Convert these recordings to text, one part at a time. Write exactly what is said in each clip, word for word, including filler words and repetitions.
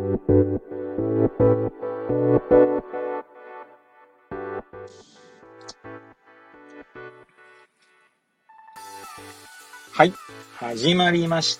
はい、始まりました。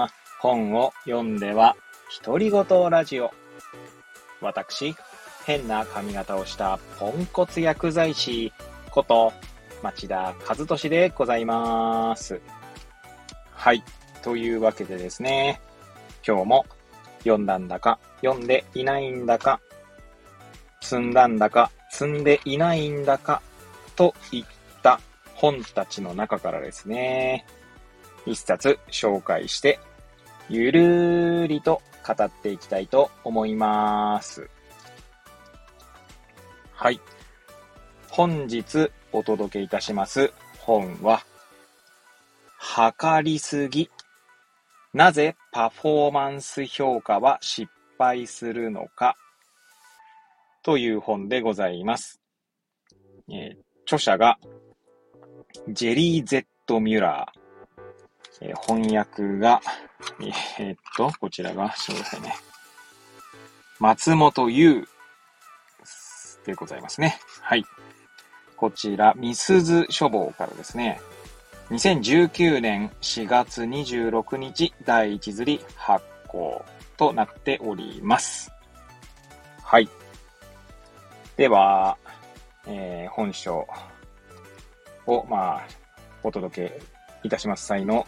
本を読んでは独り言ラジオ。私、変な髪型をしたポンコツ薬剤師こと町田和俊でございます。はい、というわけでですね、今日も読んだんだか読んでいないんだか、積んだんだか積んでいないんだかといった本たちの中からですね、一冊紹介してゆるーりと語っていきたいと思います。はい、本日お届けいたします本は、測りすぎ、なぜパフォーマンス評価は失敗するのかという本でございます。えー、著者がジェリー・ゼット・ミュラー、えー、翻訳が、えー、っと、こちらが、そうですね、松本優でございますね。はい。こちら、みすず書房からですね、にせんじゅうきゅうねんしがつにじゅうろくにちだいいち刷り発行となっております。はい。では、えー、本書を、まあ、お届けいたします際の、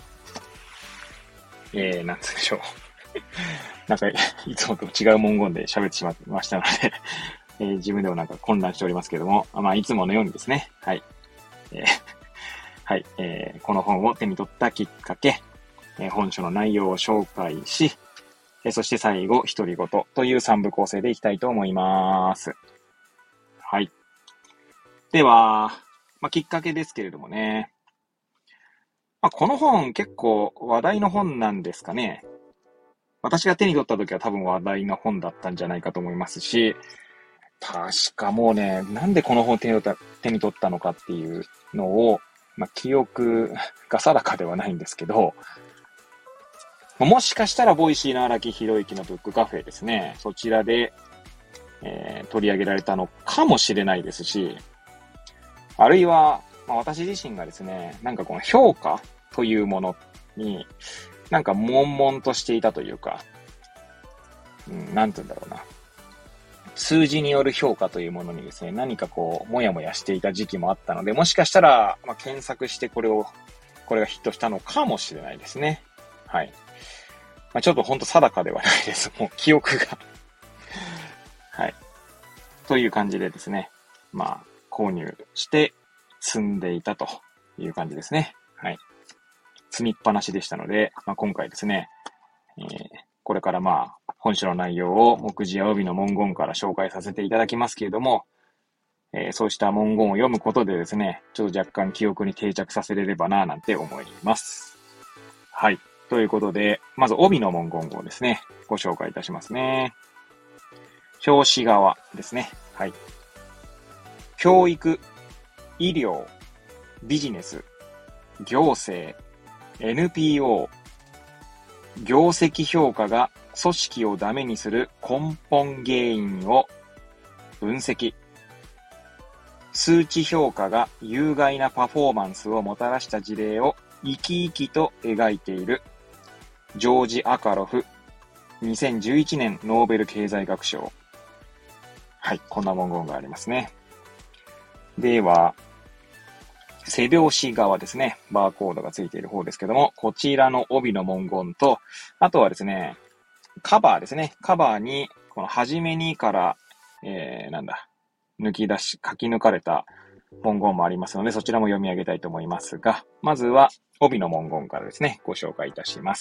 えー、なんつうんでしょう。なんか、いつもと違う文言で喋ってしまいましたので、えー、自分でもなんか混乱しておりますけども、まあ、いつものようにですね、はい。えー、はい、えー、この本を手に取ったきっかけ、えー、本書の内容を紹介し、えー、そして最後、独り言というさん部構成でいきたいと思います。はい。では、まあ、きっかけですけれどもね、まあ、この本結構話題の本なんですかね。私が手に取った時は多分話題の本だったんじゃないかと思いますし、確かもうね、なんでこの本を手に取った、手に取ったのかっていうのを、まあ、記憶が定かではないんですけど、もしかしたらボイシーの荒木博之のブックカフェですね、そちらで、えー、取り上げられたのかもしれないですし、あるいは、まあ、私自身がですね、なんかこの評価というものに、なんか悶々としていたというか、うん、なんて言うんだろうな。数字による評価というものにですね、何かこう、もやもやしていた時期もあったので、もしかしたら、まあ、検索してこれを、これがヒットしたのかもしれないですね。はい。まあ、ちょっとほんと定かではないです。もう記憶が。はい。という感じでですね、まあ、購入して積んでいたという感じですね。はい。積みっぱなしでしたので、まあ、今回ですね、えー、これからまあ、本書の内容を目次や帯の文言から紹介させていただきますけれども、えー、そうした文言を読むことでですね、ちょっと若干記憶に定着させれればなぁなんて思います。はい。ということで、まず帯の文言をですね、ご紹介いたしますね。表紙側ですね。はい。教育、医療、ビジネス、行政、エヌピーオー、業績評価が組織をダメにする根本原因を分析。数値評価が有害なパフォーマンスをもたらした事例を生き生きと描いているジョージ・アカロフ、にせんじゅういちねんノーベル経済学賞。はい、こんな文言がありますね。では、背表紙側ですね。バーコードがついている方ですけども、こちらの帯の文言と、あとはですね、カバーですね。カバーに、この初めにから、えー、なんだ、抜き出し、書き抜かれた文言もありますので、そちらも読み上げたいと思いますが、まずは帯の文言からですね、ご紹介いたします。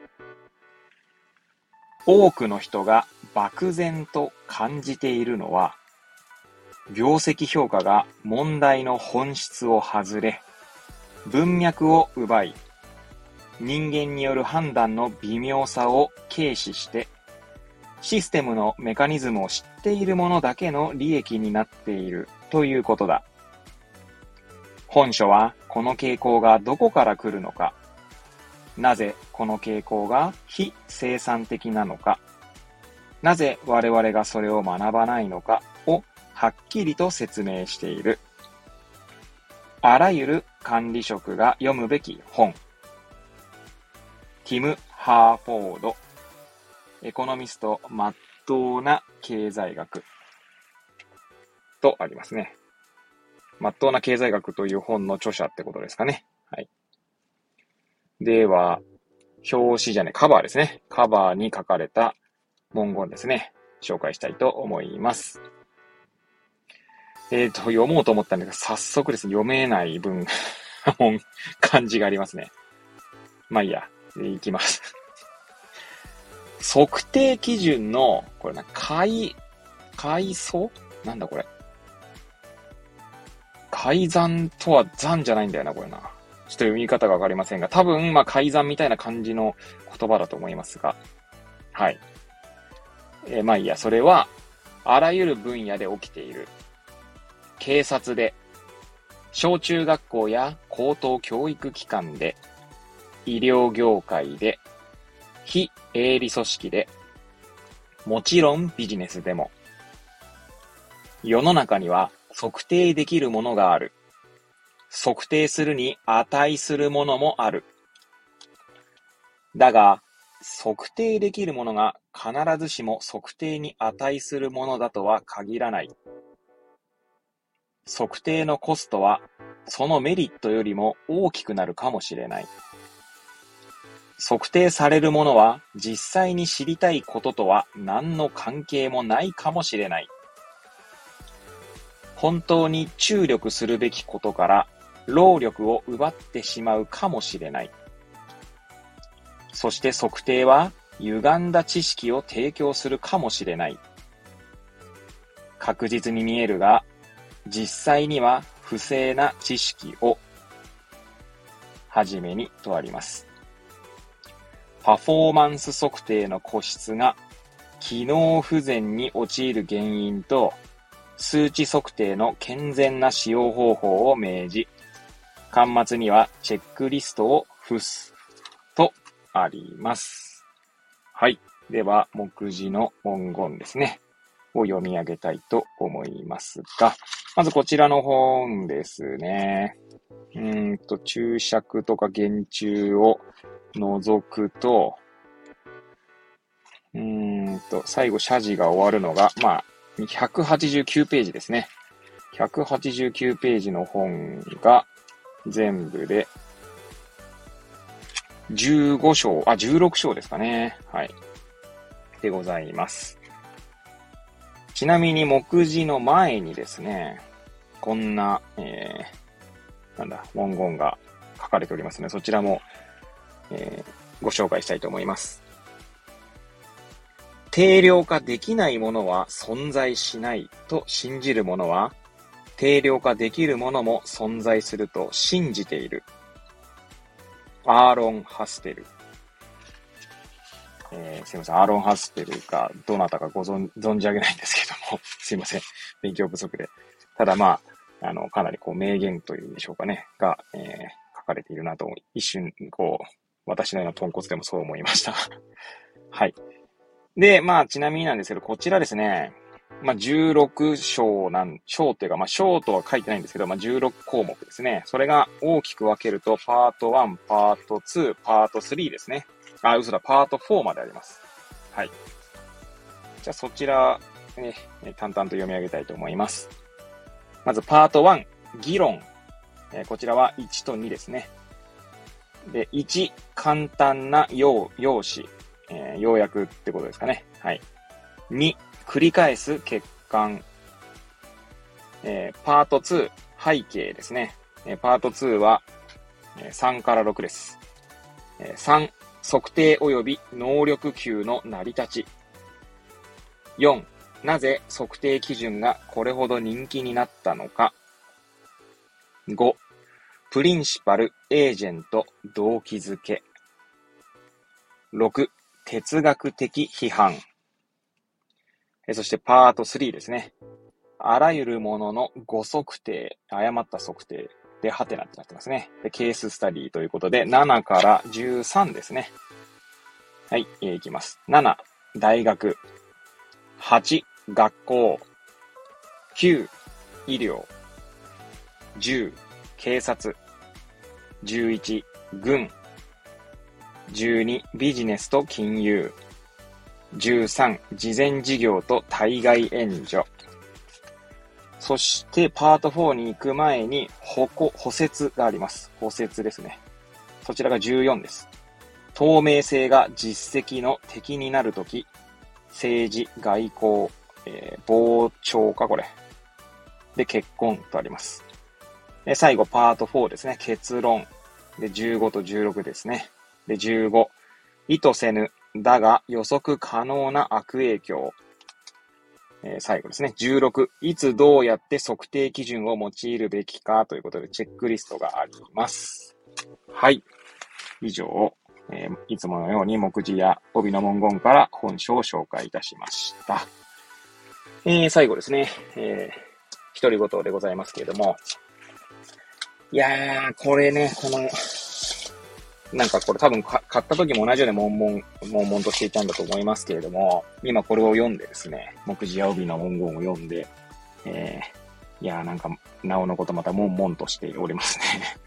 多くの人が漠然と感じているのは、業績評価が問題の本質を外れ、文脈を奪い、人間による判断の微妙さを軽視して、システムのメカニズムを知っている者だけの利益になっているということだ。本書はこの傾向がどこから来るのか、なぜこの傾向が非生産的なのか、 なぜ我々がそれを学ばないのかをはっきりと説明している。あらゆる管理職が読むべき本。ティム・ハーフォード、エコノミスト、まっとうな経済学とありますね。まっとうな経済学という本の著者ってことですかね。はい。では、表紙じゃね、カバーですね。カバーに書かれた文言ですね。紹介したいと思います。えっと、読もうと思ったんですが、早速ですね、読めない文、漢字がありますね。まあいいや、いきます。測定基準の、これな、改、改装なんだこれ。改ざんとは残じゃないんだよな、これな。ちょっと読み方がわかりませんが、多分、まあ改ざんみたいな感じの言葉だと思いますが、はい。えー、まあいいや、それは、あらゆる分野で起きている。警察で、小中学校や高等教育機関で、医療業界で、非営利組織で、もちろんビジネスでも、世の中には測定できるものがある。測定するに値するものもある。だが、測定できるものが必ずしも測定に値するものだとは限らない。測定のコストは、そのメリットよりも大きくなるかもしれない。測定されるものは、実際に知りたいこととは何の関係もないかもしれない。本当に注力するべきことから、労力を奪ってしまうかもしれない。そして測定は、歪んだ知識を提供するかもしれない。確実に見えるが、実際には不正な知識を、はじめにとあります。パフォーマンス測定の固執が、機能不全に陥る原因と、数値測定の健全な使用方法を明示、巻末にはチェックリストを付すとあります。はい。では、目次の文言ですね。を読み上げたいと思いますが、まずこちらの本ですね。うーんと、注釈とか言中を除くと、うーんと、最後、謝辞が終わるのが、まあ、ひゃくはちじゅうきゅうページですね。ひゃくはちじゅうきゅうページの本が、全部で、じゅうご章、あ、じゅうろく章ですかね。はい。でございます。ちなみに、目次の前にですね、こんな、えー、なんだ、文言が書かれておりますので、そちらも、えー、ご紹介したいと思います。定量化できないものは存在しないと信じる者は、定量化できるものも存在すると信じている。アーロン・ハステル。えー、すいません。アーロン・ハステルがどなたかご存存じ上げないんですけども、すいません。勉強不足で。ただまあ、あの、かなりこう名言というんでしょうかね。が、えー、書かれているなと、一瞬、こう、私のような豚骨でもそう思いました。はい。で、まあ、ちなみになんですけど、こちらですね、まあ、じゅうろく章なん、章っていうか、まあ、章とは書いてないんですけど、まあ、じゅうろく項目ですね。それが大きく分けると、パートワン、パートツー、パートスリーですね。あ、嘘だ、パートフォーまであります。はい。じゃあ、そちら、ね、淡々と読み上げたいと思います。まず、パートワン、議論。えー、こちらはワンとツーですね。で、ワン、簡単な要、要旨。えー、要約ってことですかね。はい。に、繰り返す欠陥。えー、パートツー、背景ですね。えー、パートツーは、えー、さんからろくです。えー、さん、測定及び能力級の成り立ち。よん、なぜ測定基準がこれほど人気になったのか。ご、プリンシパル、エージェント、動機づけ。ろく、哲学的批判。そしてパートスリーですね。あらゆるものの誤測定、誤った測定でハテナってなってますね。で、ケーススタディということで、ななからじゅうさんですね。はい、えー、いきます。なな、大学。 はち、学校。きゅう、医療。じゅう、警察。じゅういち、軍。じゅうに、ビジネスと金融。じゅうさん、慈善事業と対外援助。そして、パートフォーに行く前に、補補説があります。補説ですね。そちらがじゅうよんです。透明性が実績の敵になるとき、政治、外交、えー、傍聴か、これ。で、結婚とあります。で、最後、パートフォーですね。結論。で、じゅうごとじゅうろくですね。で、じゅうご、意図せぬ、だが予測可能な悪影響。えー、最後ですね。じゅうろく、いつどうやって測定基準を用いるべきかということで、チェックリストがあります。はい。以上、えー、いつものように目次や帯の文言から本書を紹介いたしました。えー、最後ですね。えー、独り言でございますけれども。いやー、これね、この、なんかこれ多分買った時も同じように悶々、悶々としていたんだと思いますけれども、今これを読んでですね、目次や帯の文言を読んで、えー、いやーなんか、なおのことまた悶々としておりますね。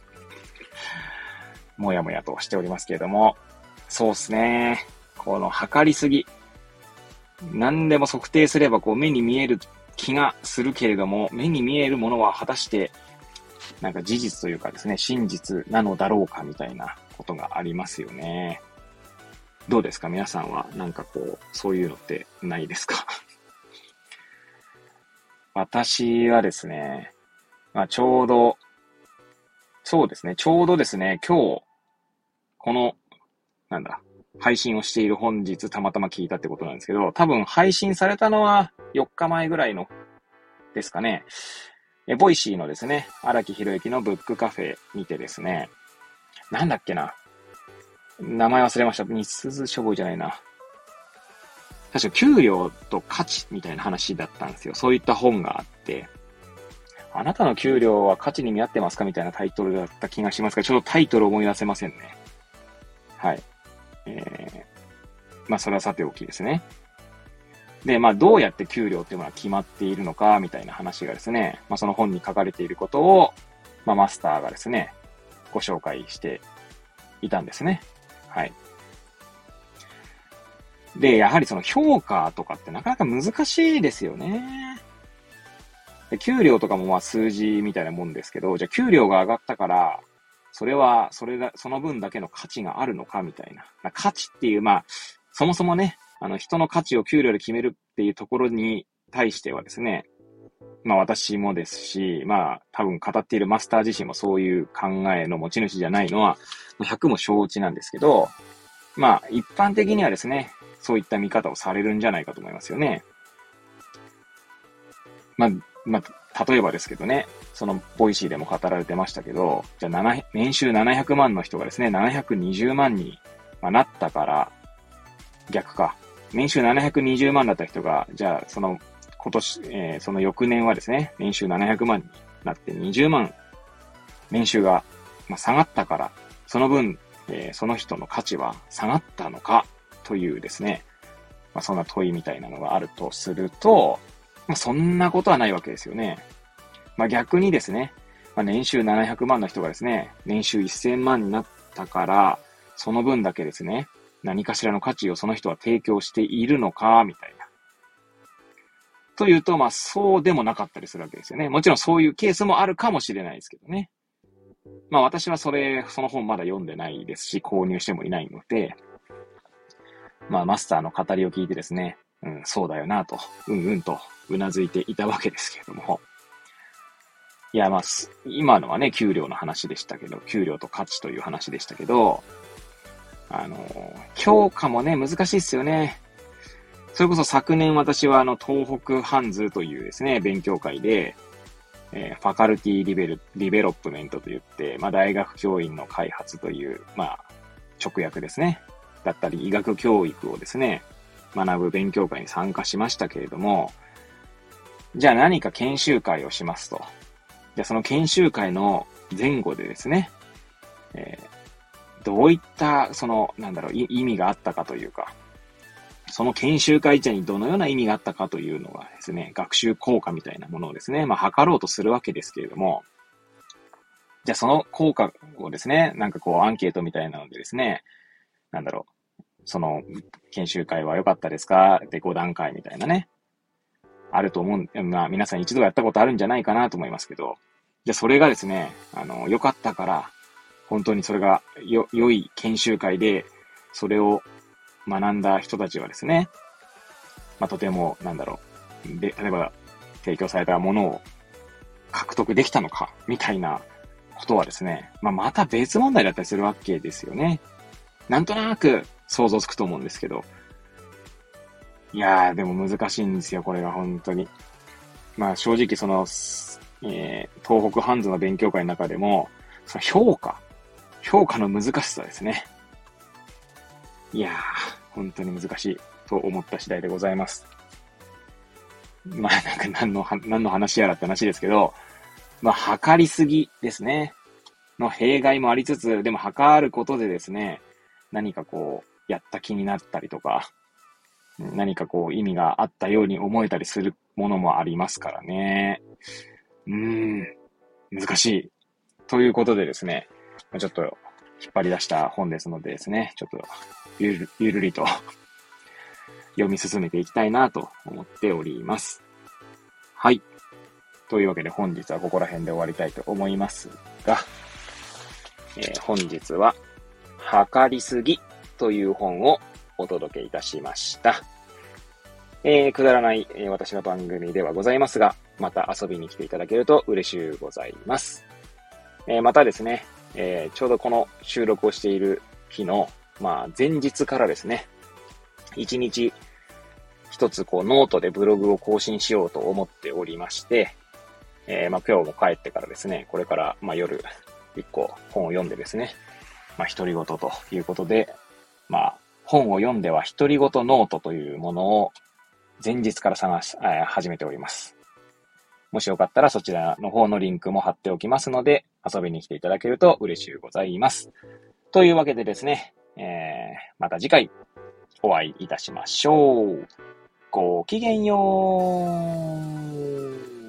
もやもやとしておりますけれども、そうですね、この測りすぎ。何でも測定すればこう目に見える気がするけれども、目に見えるものは果たして、なんか事実というかですね、真実なのだろうかみたいなことがありますよね。どうですか皆さんは、なんかこう、そういうのってないですか？私はですね、まあ、ちょうど、そうですね、ちょうどですね、今日、この、なんだ、配信をしている本日たまたま聞いたってことなんですけど、多分配信されたのはよっかまえぐらいのですかね。え、ボイシーのですね、荒木博之のブックカフェにてですね、なんだっけな。名前忘れました。日鈴書房じゃないな。確か給料と価値みたいな話だったんですよ。そういった本があって、あなたの給料は価値に見合ってますかみたいなタイトルだった気がしますが、ちょっとタイトル思い出せませんね。はい。えー、まあそれはさておきですね。で、まあどうやって給料っていうものは決まっているのかみたいな話がですね、まあその本に書かれていることを、まあマスターがですね、ご紹介していたんですね。はい。で、やはりその評価とかってなかなか難しいですよね。で、給料とかもまあ数字みたいなもんですけど、じゃあ給料が上がったから、それは、それだ、その分だけの価値があるのかみたいな。価値っていう、まあ、そもそもね、あの、人の価値を給料で決めるっていうところに対してはですね、まあ私もですし、まあ多分語っているマスター自身もそういう考えの持ち主じゃないのは、ひゃくも承知なんですけど、まあ一般的にはですね、そういった見方をされるんじゃないかと思いますよね。まあ、まあ、例えばですけどね、そのボイシーでも語られてましたけど、じゃあ年収ななひゃくまんの人がですね、ななひゃくにじゅうまんになったから、逆か。年収ななひゃくにじゅうまんだった人が、じゃあその今年、えー、その翌年はですね、年収ななひゃくまんになってにじゅうまん年収が、まあ、下がったから、その分、えー、その人の価値は下がったのかというですね、まあ、そんな問いみたいなのがあるとすると、まあ、そんなことはないわけですよね。まあ、逆にですね、まあ、年収ななひゃくまんの人がですね、年収せんまんになったから、その分だけですね、何かしらの価値をその人は提供しているのか、みたいな。というと、まあ、そうでもなかったりするわけですよね。もちろんそういうケースもあるかもしれないですけどね。まあ、私はそれ、その本まだ読んでないですし、購入してもいないので、まあ、マスターの語りを聞いてですね、うん、そうだよなと、うんうんと、うなずいていたわけですけれども。いや、まあ、今のはね、給料の話でしたけど、給料と価値という話でしたけど、あの、評価もね、難しいですよね。それこそ昨年私はあの、東北ハンズというですね、勉強会で、えー、ファカルティリベル、リベロップメントといって、まあ、大学教員の開発という、まあ、直訳ですね。だったり、医学教育をですね、学ぶ勉強会に参加しましたけれども、じゃあ何か研修会をしますと。じゃあその研修会の前後でですね、えー、どういった、その、なんだろう、意味があったかというか、 その研修会自体にどのような意味があったかというのがですね、学習効果みたいなものをですね、まあ、測ろうとするわけですけれども、じゃあその効果をですね、なんかこうアンケートみたいなのでですね、なんだろう、その研修会は良かったですかでご段階みたいなね、あると思う、まあ皆さん一度やったことあるんじゃないかなと思いますけど、じゃあそれがですね、あの、良かったから、本当にそれがよ、良い研修会で、それを学んだ人たちはですね、まあとても、なんだろう、で、例えば提供されたものを獲得できたのか、みたいなことはですね、まあまた別問題だったりするわけですよね。なんとなく想像つくと思うんですけど、いやー、でも難しいんですよ、これが本当に。まあ正直その、えー、東北ハンズの勉強会の中でも、その評価、評価の難しさですね。いやー、本当に難しいと思った次第でございます。まあなんか何の、何の話やらって話ですけど、まあ測りすぎですね。の弊害もありつつ、でも測ることでですね、何かこう、やった気になったりとか、何かこう意味があったように思えたりするものもありますからね。うーん、難しい。ということでですね、ちょっと引っ張り出した本ですのでですね、ちょっとゆるゆるりと読み進めていきたいなと思っております。はい。というわけで本日はここら辺で終わりたいと思いますが、えー、本日は、測りすぎという本をお届けいたしました。えー、くだらない、えー、私の番組ではございますが、また遊びに来ていただけると嬉しゅうございます。えー、またですね、えー、ちょうどこの収録をしている日の、まあ、前日からですね、一日一つこうノートでブログを更新しようと思っておりまして、えー、まあ今日も帰ってからですね、これからまあ夜一個本を読んでですね、まあ独り言ということで、まあ本を読んでは独り言ノートというものを前日から探し、えー、始めております。もしよかったらそちらの方のリンクも貼っておきますので、遊びに来ていただけると嬉しゅうございます。というわけでですね、えー、また次回お会いいたしましょう。ごきげんよ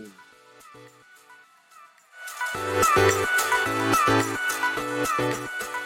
う。